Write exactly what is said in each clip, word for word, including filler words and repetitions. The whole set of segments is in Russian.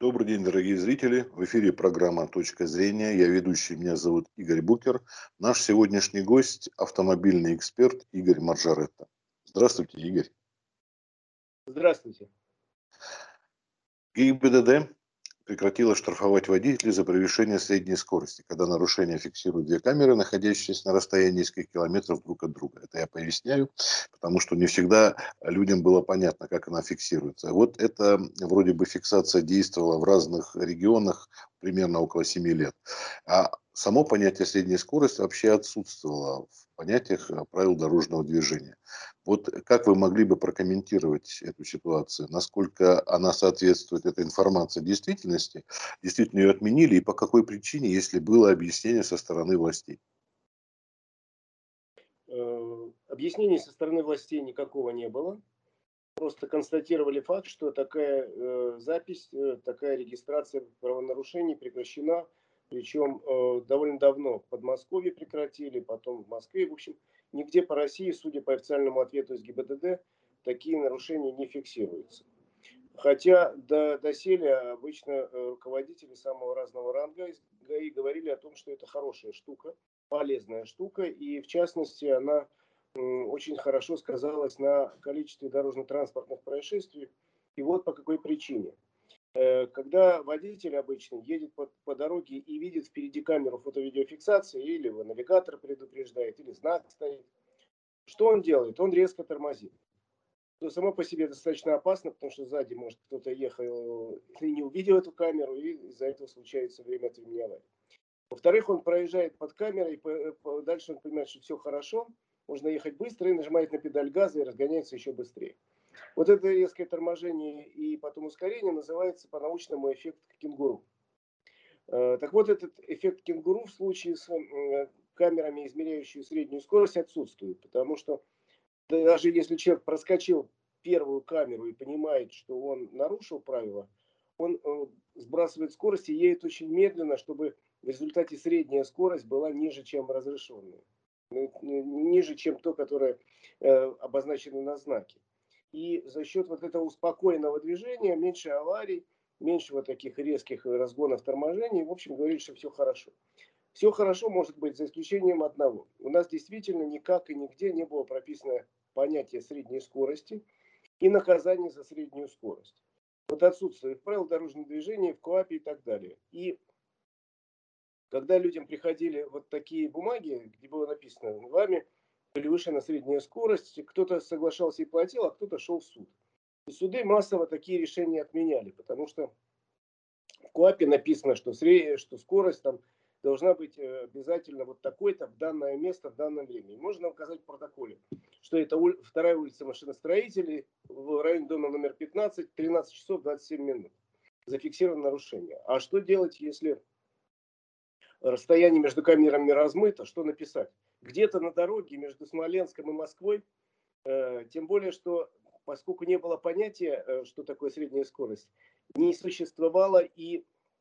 Добрый день, дорогие зрители. В эфире программа «Точка зрения». Я ведущий, меня зовут Игорь Букер. Наш сегодняшний гость – автомобильный эксперт Игорь Маржаретто. Здравствуйте, Игорь. Здравствуйте. ГИБДД прекратила штрафовать водителей за превышение средней скорости, когда нарушение фиксируют две камеры, находящиеся на расстоянии нескольких километров друг от друга. Это я поясняю, потому что не всегда людям было понятно, как она фиксируется. Вот эта вроде бы фиксация действовала в разных регионах примерно около семи лет. А само понятие средней скорости вообще отсутствовало в понятиях правил дорожного движения. Вот как вы могли бы прокомментировать эту ситуацию? Насколько она соответствует, этой информации, действительности? Действительно ее отменили? И по какой причине, если было объяснение со стороны властей? Э, Объяснений со стороны властей никакого не было. Просто констатировали факт, что такая э, запись, э, такая регистрация правонарушений прекращена. Причем э, довольно давно в Подмосковье прекратили, потом в Москве. В общем, нигде по России, судя по официальному ответу из ГИБДД, такие нарушения не фиксируются. Хотя до, доселе обычно э, руководители самого разного ранга из ГАИ говорили о том, что это хорошая штука, полезная штука, и в частности она м, очень хорошо сказалась на количестве дорожно-транспортных происшествий. И вот по какой причине. Э, Когда водитель обычно едет по, по дороге и видит впереди камеру фото-видеофиксации, или его навигатор предупреждает, или знак стоит, что он делает? Он резко тормозит, что само по себе достаточно опасно, потому что сзади может кто-то ехал и не увидел эту камеру, и из-за этого случается время от времени аварии. Во-вторых, он проезжает под камерой, и дальше он понимает, что все хорошо, можно ехать быстро, и нажимает на педаль газа и разгоняется еще быстрее. Вот это резкое торможение и потом ускорение называется по-научному эффект кенгуру. Так вот, этот эффект кенгуру в случае с камерами, измеряющими среднюю скорость, отсутствует, потому что даже если человек проскочил первую камеру и понимает, что он нарушил правила, он э, сбрасывает скорость и едет очень медленно, чтобы в результате средняя скорость была ниже, чем разрешенная. Ниже, чем то, которое э, обозначено на знаке. И за счет вот этого успокоенного движения меньше аварий, меньше вот таких резких разгонов, торможений. В общем, говорит, что все хорошо. Все хорошо может быть за исключением одного. У нас действительно никак и нигде не было прописано понятие средней скорости и наказание за среднюю скорость. Вот отсутствует правил дорожного движения, в КОАПе и так далее. И когда людям приходили вот такие бумаги, где было написано, вами превышена средняя скорость, кто-то соглашался и платил, а кто-то шел в суд. И суды массово такие решения отменяли, потому что в КОАПе написано, что, средняя, что скорость там должна быть обязательно вот такой-то в данное место в данное время. И можно указать в протоколе, что это ули, вторая улица машиностроителей в районе дома номер пятнадцать, тринадцать часов двадцать семь минут. Зафиксировано нарушение. А что делать, если расстояние между камерами размыто? Что написать? Где-то на дороге между Смоленском и Москвой, э, тем более, что поскольку не было понятия, э, что такое средняя скорость, не существовало и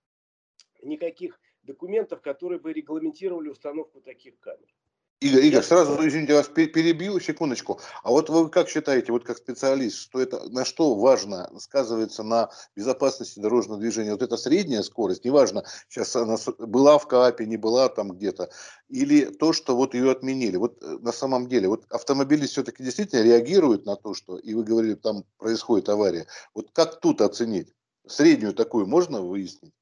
никаких документов, которые бы регламентировали установку таких камер. Игорь, Я Игорь, сразу, извините, вас перебью, секундочку. А вот вы как считаете, вот как специалист, что это, на что важно сказывается на безопасности дорожного движения? Вот эта средняя скорость, неважно, сейчас она была в КААПе, не была там где-то, или то, что вот ее отменили. Вот на самом деле, вот автомобилист все-таки действительно реагирует на то, что, и вы говорили, там происходит авария. Вот как тут оценить? Среднюю такую можно выяснить?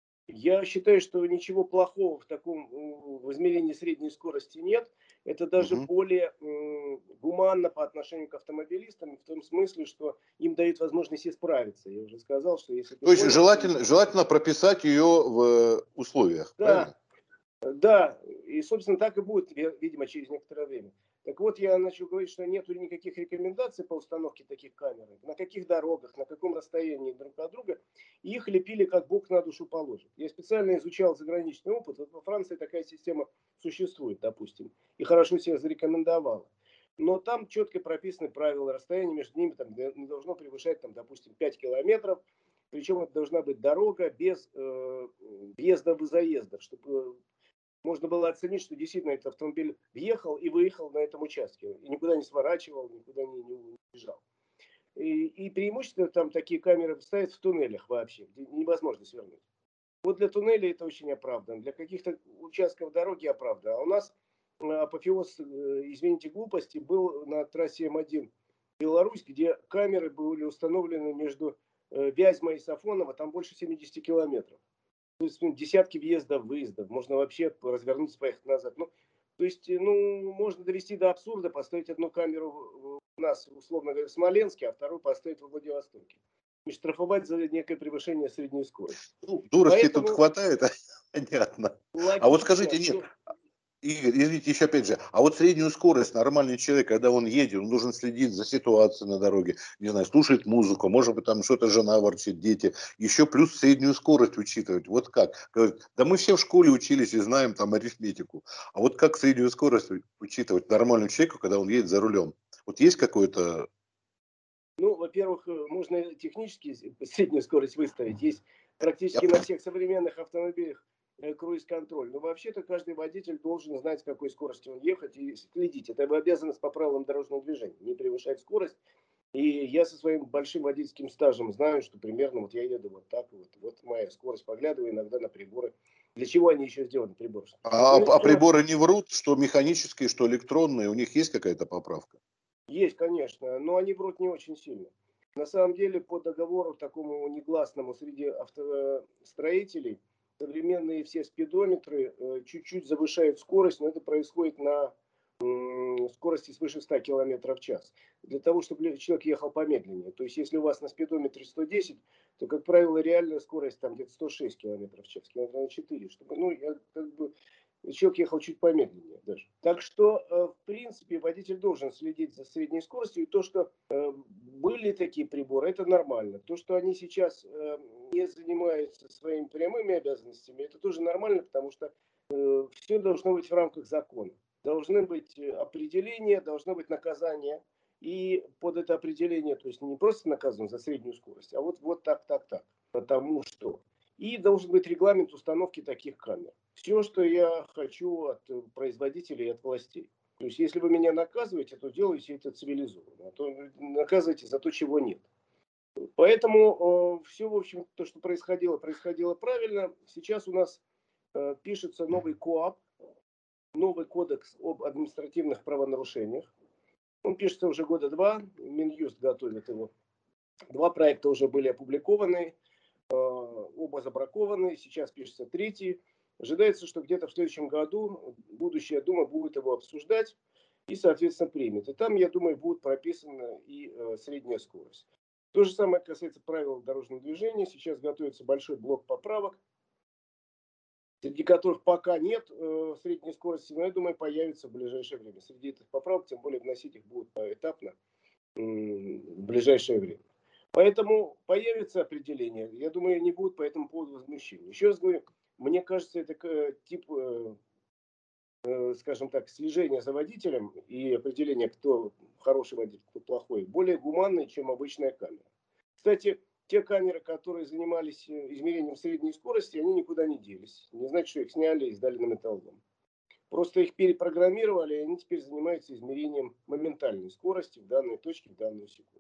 Я считаю, что ничего плохого в таком в измерении средней скорости нет. Это даже Угу. более м, гуманно по отношению к автомобилистам, в том смысле, что им дают возможность исправиться. Я уже сказал, что если ты То есть понял, что... желательно, желательно прописать ее в условиях, Да, правильно? да, и, собственно, так и будет, видимо, через некоторое время. Так вот, я начал говорить, что нет никаких рекомендаций по установке таких камер, на каких дорогах, на каком расстоянии друг от друга. И их лепили, как Бог на душу положит. Я специально изучал заграничный опыт. Вот во Франции такая система существует, допустим, и хорошо себя зарекомендовала. Но там четко прописаны правила, расстояние между ними там, не должно превышать, там, допустим, пять километров. Причем это должна быть дорога без э, въездов и заездов, чтобы можно было оценить, что действительно этот автомобиль въехал и выехал на этом участке. И никуда не сворачивал, никуда не, не уезжал. И, и преимущественно там такие камеры ставят в туннелях вообще, где невозможно свернуть. Вот для туннелей это очень оправдано, для каких-то участков дороги оправдано. А у нас э, апофеоз, э, извините, глупости был на трассе М один Беларусь, где камеры были установлены между э, Вязьмой и Сафоново, там больше семидесяти километров. То есть ну, десятки въездов, выездов, можно вообще развернуться, поехать назад. Ну, то есть, э, ну, можно довести до абсурда, поставить одну камеру у нас, условно говоря, в Смоленске, а вторую поставить во Владивостоке. И штрафовать за некое превышение средней скорости. Ну, дурости тут Поэтому хватает, понятно. А вот логично, скажите, нет, что... Игорь, извините, еще опять же, а вот среднюю скорость нормальный человек, когда он едет, он должен следить за ситуацией на дороге, не знаю, слушать музыку, может быть, там что-то жена ворчит, дети, еще плюс среднюю скорость учитывать. Вот как? Говорят, да мы все в школе учились и знаем там арифметику. А вот как среднюю скорость учитывать нормальному человеку, когда он едет за рулем? Вот есть какой-то... Ну, во-первых, э, можно технически среднюю скорость выставить. Есть Я... практически на всех современных автомобилях э, круиз-контроль. Но вообще-то каждый водитель должен знать, с какой скоростью он ехать и следить. Это его обязанность по правилам дорожного движения. Не превышать скорость. И я со своим большим водительским стажем знаю, что примерно вот я еду вот так вот. Вот моя скорость. Поглядываю иногда на приборы. Для чего они еще сделаны, приборы? А, Ну, а что приборы не врут, что механические, что электронные, у них есть какая-то поправка? есть, конечно, но они врут не очень сильно. На самом деле, по договору такому негласному среди автостроителей, современные все спидометры э, чуть-чуть завышают скорость, но это происходит на м, скорости свыше ста километров в час. Для того, чтобы человек ехал помедленнее. То есть, если у вас на спидометре сто десять, то, как правило, реальная скорость там где-то сто шесть километров в час, километра на четыре. Чтобы, ну, я как бы человек ехал чуть помедленнее даже. Так что, э, в принципе, водитель должен следить за средней скоростью. И то, что э, были такие приборы, это нормально. То, что они сейчас э, не занимаются своими прямыми обязанностями, это тоже нормально, потому что э, все должно быть в рамках закона. Должны быть э, определения, должно быть наказание. И под это определение, то есть не просто наказан за среднюю скорость, а вот, вот так, так, так. Потому что и должен быть регламент установки таких камер. Все, что я хочу от производителей и от властей. То есть, если вы меня наказываете, то делайте это цивилизованно. А то наказывайте за то, чего нет. Поэтому э, все, в общем, то, что происходило, происходило правильно. Сейчас у нас э, пишется новый КоАП, новый кодекс об административных правонарушениях. Он пишется уже года два, Минюст готовит его. Два проекта уже были опубликованы. Оба забракованы, сейчас пишется третий. Ожидается, что где-то в следующем году будущая Дума будет его обсуждать и, соответственно, примет. И там, я думаю, будет прописана и э, средняя скорость. То же самое касается правил дорожного движения. Сейчас готовится большой блок поправок, среди которых пока нет э, средней скорости, но, я думаю, появится в ближайшее время. Среди этих поправок, тем более, вносить их будут поэтапно э, в ближайшее время. Поэтому появится определение. Я думаю, не будет по этому поводу возмущений. Еще раз говорю, мне кажется, это тип, скажем так, слежения за водителем и определение, кто хороший водитель, кто плохой, более гуманный, чем обычная камера. Кстати, те камеры, которые занимались измерением средней скорости, они никуда не делись. Не значит, что их сняли и сдали на металлолом. Просто их перепрограммировали, и они теперь занимаются измерением моментальной скорости в данной точке, в данную секунду.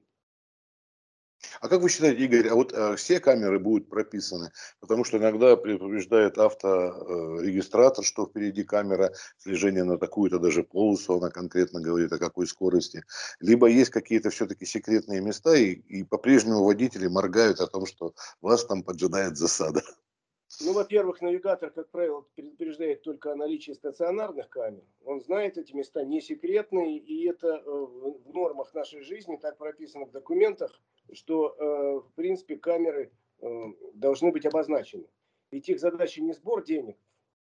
А как вы считаете, Игорь, а вот э, все камеры будут прописаны? Потому что иногда предупреждает авторегистратор, что впереди камера слежения на такую-то даже полосу, она конкретно говорит о какой скорости. Либо есть какие-то все-таки секретные места, и, и по-прежнему водители моргают о том, что вас там поджидает засада. Ну, во-первых, навигатор, как правило, предупреждает только о наличии стационарных камер. Он знает, эти места не секретные, и это в нормах нашей жизни так прописано в документах, что, в принципе, камеры должны быть обозначены. Ведь их задача не сбор денег,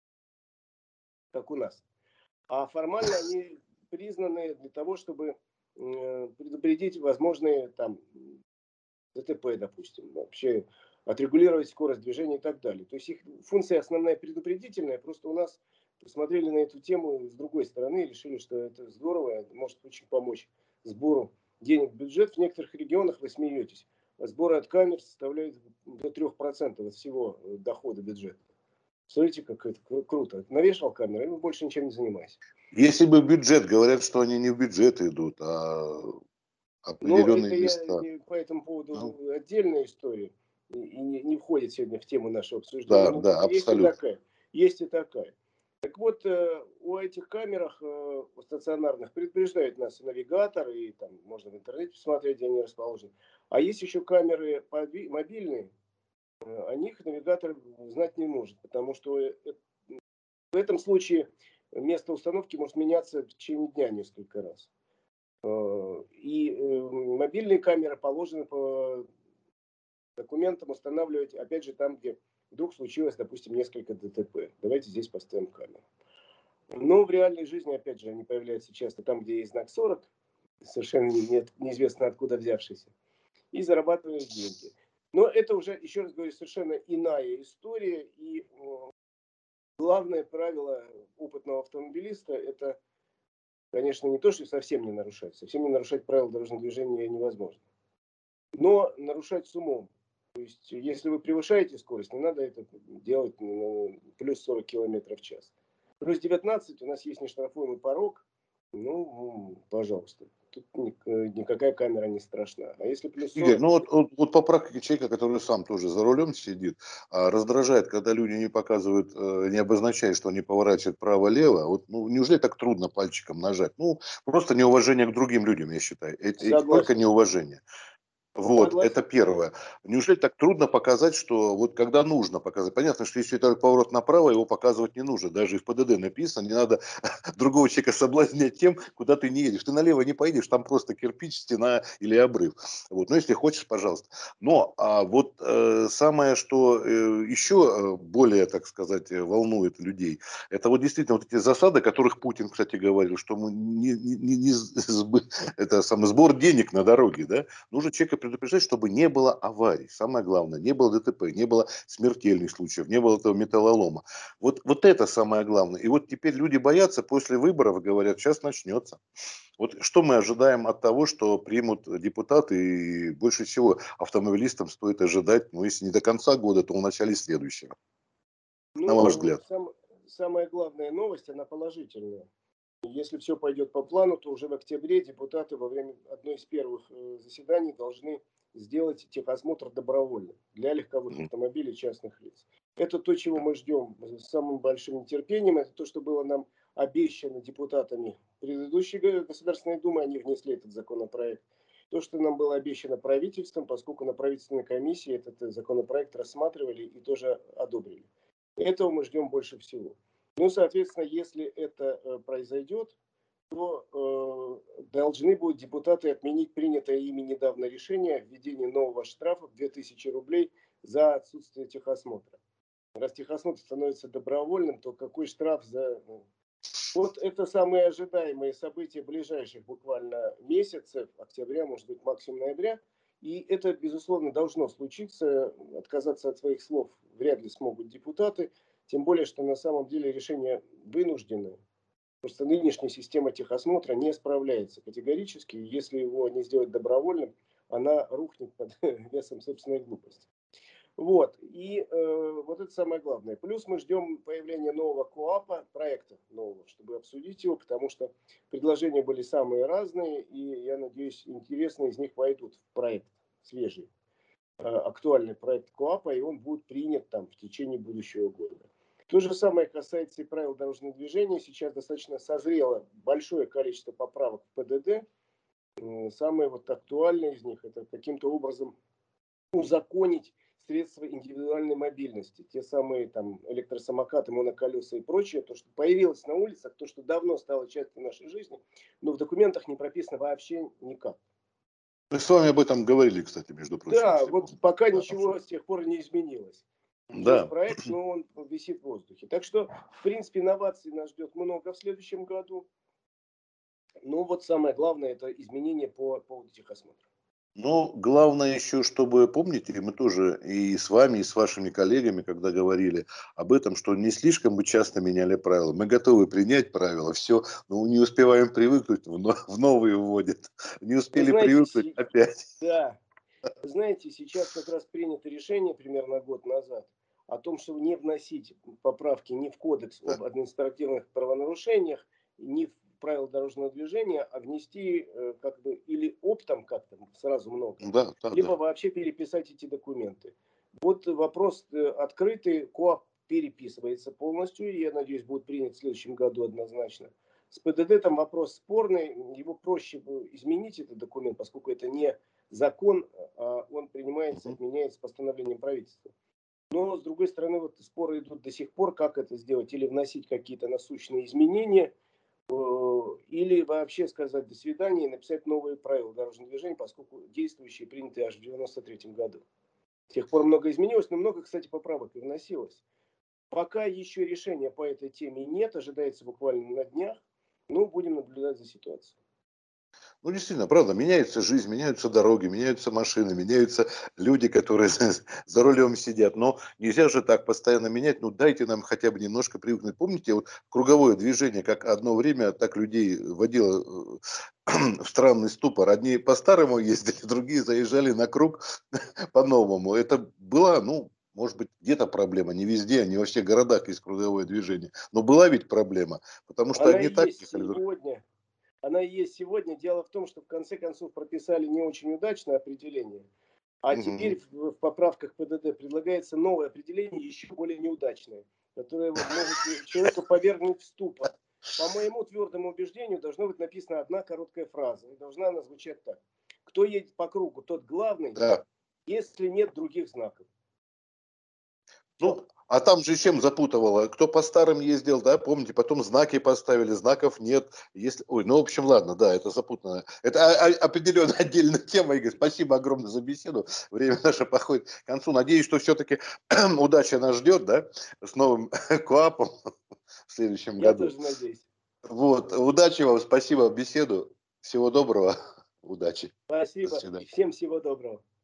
как у нас, а формально они признаны для того, чтобы предупредить возможные там ДТП, допустим, вообще отрегулировать скорость движения и так далее. То есть их функция основная предупредительная, просто у нас посмотрели на эту тему с другой стороны и решили, что это здорово, это может очень помочь сбору денег в бюджет. В некоторых регионах, вы смеетесь, сборы от камер составляют до трех процентов от всего дохода бюджета. Смотрите, как это круто. Навешал камеры, и больше ничем не занимайся. Если бы бюджет, говорят, что они не в бюджет идут, а Но определенные это я места. не- по этому Ну, поводу отдельная история. И и не, не входит сегодня в тему нашего обсуждения. да, Но да, вот есть и абсолютно. такая. Есть и такая. Так вот, э, у этих камерах э, у стационарных предупреждают нас и навигатор, и там можно в интернете посмотреть, где они расположены. А есть еще камеры подви- мобильные, э, о них навигатор знать не может, потому что э, э, в этом случае место установки может меняться в течение дня несколько раз. Э, И э, мобильные камеры положены по документам устанавливать, опять же, там, где вдруг случилось, допустим, несколько ДТП. Давайте здесь поставим камеру. Но в реальной жизни, опять же, они появляются часто там, где есть знак сорок, совершенно нет, неизвестно откуда взявшийся, и зарабатывают деньги. Но это уже, еще раз говорю, совершенно иная история. И э, главное правило опытного автомобилиста – это, конечно, не то, что совсем не нарушать. Совсем не нарушать правила дорожного движения невозможно. Но нарушать с умом. То есть, если вы превышаете скорость, не надо это делать ну, плюс сорок километров в час. Плюс девятнадцать у нас есть нештрафуемый порог. Ну, пожалуйста. Тут никакая камера не страшна. А если плюс Игорь, сорок, ну вот, вот, вот по практике человека, который сам тоже за рулем сидит, а, раздражает, когда люди не показывают, э, не обозначают, что они поворачивают право-лево. Вот, ну, неужели так трудно пальчиком нажать? Ну, просто неуважение к другим людям, я считаю. Это, это только согласен. неуважение. Вот, это Согласен. первое. Неужели так трудно показать, что вот когда нужно показать? Понятно, что если это поворот направо, его показывать не нужно. Даже и в ПДД написано, не надо другого человека соблазнять тем, куда ты не едешь. Ты налево не поедешь, там просто кирпич, стена или обрыв. Вот. Но если хочешь, пожалуйста. Но а вот э, самое, что э, еще э, более, так сказать, э, волнует людей, это вот действительно вот эти засады, о которых Путин, кстати, говорил, что мы не, не, не, не сбы- это самый сбор денег на дороге, да? Нужно человека предупреждать, чтобы не было аварий. Самое главное, не было ДТП, не было смертельных случаев, не было этого металлолома. Вот, вот это самое главное. И вот теперь люди боятся, после выборов говорят, сейчас начнется. Вот что мы ожидаем от того, что примут депутаты, и больше всего автомобилистам стоит ожидать, ну, если не до конца года, то в начале следующего, на ваш Ну, взгляд. сам, самая главная новость, она положительная. Если все пойдет по плану, то уже в октябре депутаты во время одной из первых э, заседаний должны сделать техосмотр добровольно для легковых Мгм. автомобилей частных лиц. Это то, чего мы ждем с самым большим нетерпением. Это то, что было нам обещано депутатами предыдущей Государственной Думы. Они внесли этот законопроект. То, что нам было обещано правительством, поскольку на правительственной комиссии этот э, законопроект рассматривали и тоже одобрили. Этого мы ждем больше всего. Ну, соответственно, если это э, произойдет, то э, должны будут депутаты отменить принятое ими недавно решение о введении нового штрафа в две тысячи рублей за отсутствие техосмотра. Раз техосмотр становится добровольным, то какой штраф за... ну, вот это самые ожидаемые события ближайших буквально месяцев, октября, может быть, максимум ноября. И это, безусловно, должно случиться. Отказаться от своих слов вряд ли смогут депутаты. Тем более, что на самом деле решение вынужденное. Просто нынешняя система техосмотра не справляется категорически. Если его не сделать добровольным, она рухнет под весом собственной глупости. Вот. И э, вот это самое главное. Плюс мы ждем появления нового КОАПа, проекта нового, чтобы обсудить его, потому что предложения были самые разные, и я надеюсь, интересные из них войдут в проект свежий, э, актуальный проект КОАПа, и он будет принят там в течение будущего года. То же самое касается и правил дорожного движения. Сейчас достаточно созрело большое количество поправок в ПДД. Э, Самые вот актуальные из них – это каким-то образом узаконить средства индивидуальной мобильности, те самые там электросамокаты, моноколеса и прочее, то, что появилось на улицах, то, что давно стало частью нашей жизни, но в документах не прописано вообще никак. Мы с вами об этом говорили, кстати, между прочим, Да, если вот помните. пока Да, ничего с тех пор не изменилось. Есть да. проект, но он висит в воздухе. Так что, в принципе, инноваций нас ждет много в следующем году. Но вот самое главное – это изменения по поводу техосмотра. Но главное еще, чтобы, помните, мы тоже и с вами, и с вашими коллегами, когда говорили об этом, что не слишком мы часто меняли правила. Мы готовы принять правила, все, но не успеваем привыкнуть, в но- в новые вводят. Не Вы успели знаете, привыкнуть си- опять. да, вы знаете, сейчас как раз принято решение примерно год назад о том, чтобы не вносить поправки ни в Кодекс Да. об административных правонарушениях, ни в правил дорожного движения, а внести э, как бы или оптом как-то сразу много, Да, да, либо да. вообще переписать эти документы. Вот вопрос э, открытый, КоАП переписывается полностью, и я надеюсь, будет принят в следующем году однозначно. С ПДД там вопрос спорный, его проще бы изменить этот документ, поскольку это не закон, а он принимается, Мгм. отменяется постановлением правительства. Но, с другой стороны, вот споры идут до сих пор, как это сделать, или вносить какие-то насущные изменения, э, или вообще сказать до свидания и написать новые правила дорожного движения, поскольку действующие приняты аж в девяносто третьем году. С тех пор много изменилось, но много, кстати, поправок и вносилось. Пока еще решения по этой теме нет, ожидается буквально на днях, но будем наблюдать за ситуацией. Ну, действительно, правда, меняется жизнь, меняются дороги, меняются машины, меняются люди, которые за, за рулем сидят. Но нельзя же так постоянно менять. Ну, дайте нам хотя бы немножко привыкнуть. Помните, вот круговое движение, как одно время так людей вводило э, в странный ступор. Одни по-старому ездили, другие заезжали на круг по-новому. Это была, ну, может быть, где-то проблема, не везде, не во всех городах есть круговое движение. Но была ведь проблема, потому что Она одни и так есть ехали, друг- сегодня. Она и есть сегодня. Дело в том, что в конце концов прописали не очень удачное определение. А Мгм. теперь в, в поправках ПДД предлагается новое определение, еще более неудачное, которое может человека повергнуть в ступор. По моему твердому убеждению, должна быть написана одна короткая фраза. И должна она звучать так. Кто едет по кругу, тот главный, Да. если нет других знаков. Все. Ну, а там же чем запутывало? Кто по старым ездил, да, помните, потом знаки поставили, знаков нет. Если... Ой, ну, в общем, ладно, да, это запутанно. Это о- о- определенно отдельная тема, Игорь. Спасибо огромное за беседу. Время наше подходит к концу. Надеюсь, что все-таки удача нас ждет, да, с новым КоАПом в следующем Я году. тоже надеюсь. Вот, удачи вам, спасибо за беседу. Всего доброго, удачи. До Спасибо и свидания. всем всего доброго.